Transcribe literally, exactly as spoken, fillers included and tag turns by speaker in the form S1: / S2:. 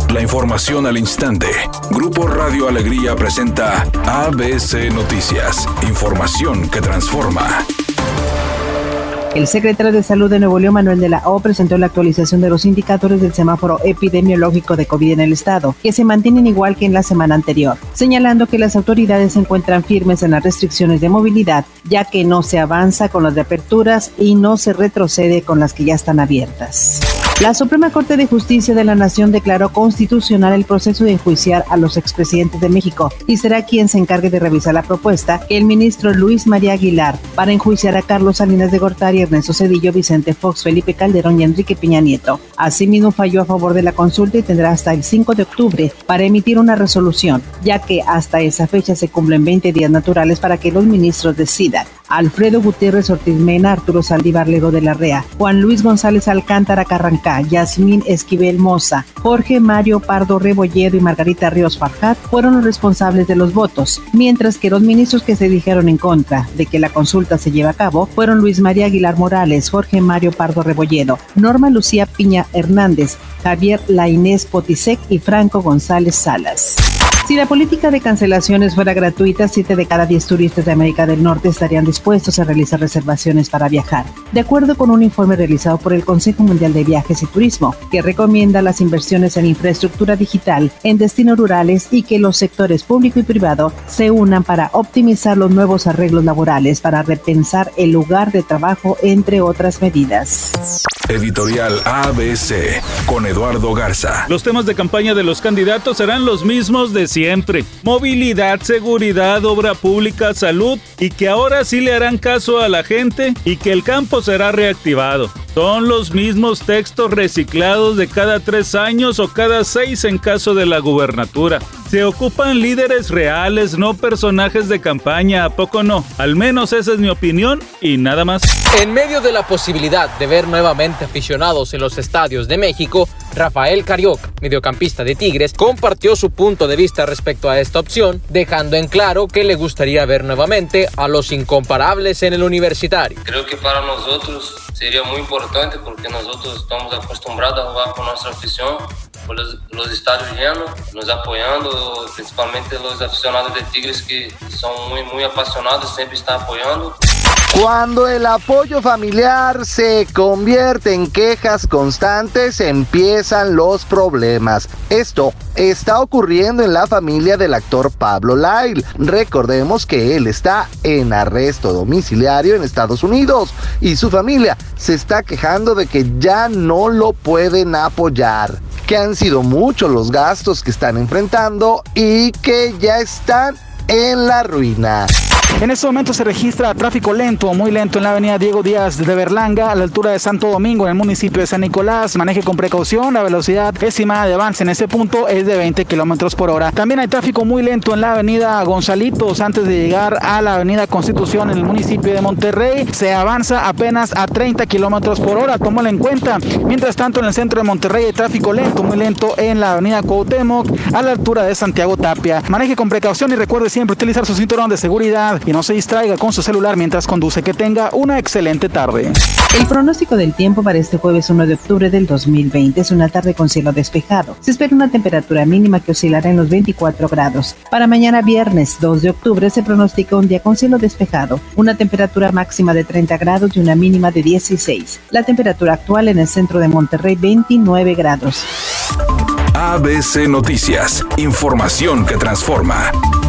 S1: La información al instante. Grupo Radio Alegría presenta A B C Noticias. Información que transforma.
S2: El secretario de Salud de Nuevo León, Manuel de la O, presentó la actualización de los indicadores del semáforo epidemiológico de COVID en el estado, que se mantienen igual que en la semana anterior, señalando que las autoridades se encuentran firmes en las restricciones de movilidad, ya que no se avanza con las reaperturas y no se retrocede con las que ya están abiertas. La Suprema Corte de Justicia de la Nación declaró constitucional el proceso de enjuiciar a los expresidentes de México y será quien se encargue de revisar la propuesta que el ministro Luis María Aguilar para enjuiciar a Carlos Salinas de Gortari, Ernesto Zedillo, Vicente Fox, Felipe Calderón y Enrique Peña Nieto. Asimismo, falló a favor de la consulta y tendrá hasta el cinco de octubre para emitir una resolución, ya que hasta esa fecha se cumplen veinte días naturales para que los ministros decidan. Alfredo Gutiérrez Ortiz Mena, Arturo Saldívar Lego de la Rea, Juan Luis González Alcántara Carrancá, Yasmín Esquivel Moza, Jorge Mario Pardo Rebolledo y Margarita Ríos Farjat fueron los responsables de los votos, mientras que los ministros que se dijeron en contra de que la consulta se lleve a cabo fueron Luis María Aguilar Morales, Jorge Mario Pardo Rebolledo, Norma Lucía Piña Hernández, Javier Lainés Potisek y Franco González Salas. Si la política de cancelaciones fuera gratuita, siete de cada diez turistas de América del Norte estarían dispuestos a realizar reservaciones para viajar, de acuerdo con un informe realizado por el Consejo Mundial de Viajes y Turismo, que recomienda las inversiones en infraestructura digital en destinos rurales y que los sectores público y privado se unan para optimizar los nuevos arreglos laborales, para repensar el lugar de trabajo, entre otras medidas.
S1: Editorial A B C con Eduardo Garza.
S3: Los temas de campaña de los candidatos serán los mismos de siempre: movilidad, seguridad, obra pública, salud, y que ahora sí le harán caso a la gente y que el campo será reactivado. Son los mismos textos reciclados de cada tres años o cada seis en caso de la gubernatura. Se ocupan líderes reales, no personajes de campaña, ¿a poco no? Al menos esa es mi opinión y nada más.
S4: En medio de la posibilidad de ver nuevamente aficionados en los estadios de México, Rafael Carioca, mediocampista de Tigres, compartió su punto de vista respecto a esta opción, dejando en claro que le gustaría ver nuevamente a los incomparables en el Universitario.
S5: Creo que para nosotros sería muy importante porque nosotros estamos acostumbrados a jugar con nuestra afición, con los, los estadios llenos, nos apoyando, principalmente los aficionados de Tigres que son muy, muy apasionados, siempre están apoyando.
S6: Cuando el apoyo familiar se convierte en quejas constantes, empiezan los problemas. Esto está ocurriendo en la familia del actor Pablo Lyle. Recordemos que él está en arresto domiciliario en Estados Unidos y su familia se está quejando de que ya no lo pueden apoyar, que han sido muchos los gastos que están enfrentando y que ya están en la ruina.
S7: En este momento se registra tráfico lento, muy lento en la avenida Diego Díaz de Berlanga, a la altura de Santo Domingo, en el municipio de San Nicolás. Maneje con precaución, la velocidad estimada de avance en este punto es de veinte kilómetros por hora. También hay tráfico muy lento en la avenida Gonzalitos, antes de llegar a la avenida Constitución en el municipio de Monterrey. Se avanza apenas a treinta kilómetros por hora, tómalo en cuenta. Mientras tanto, en el centro de Monterrey hay tráfico lento, muy lento en la avenida Cuauhtémoc, a la altura de Santiago Tapia. Maneje con precaución y recuerde siempre utilizar su cinturón de seguridad y no se distraiga con su celular mientras conduce. Que tenga una excelente tarde.
S2: El pronóstico del tiempo para este jueves uno de octubre del dos mil veinte es una tarde con cielo despejado. Se espera una temperatura mínima que oscilará en los veinticuatro grados. Para mañana viernes dos de octubre se pronostica un día con cielo despejado, una temperatura máxima de treinta grados y una mínima de dieciséis. La temperatura actual en el centro de Monterrey, veintinueve grados.
S1: A B C Noticias, información que transforma.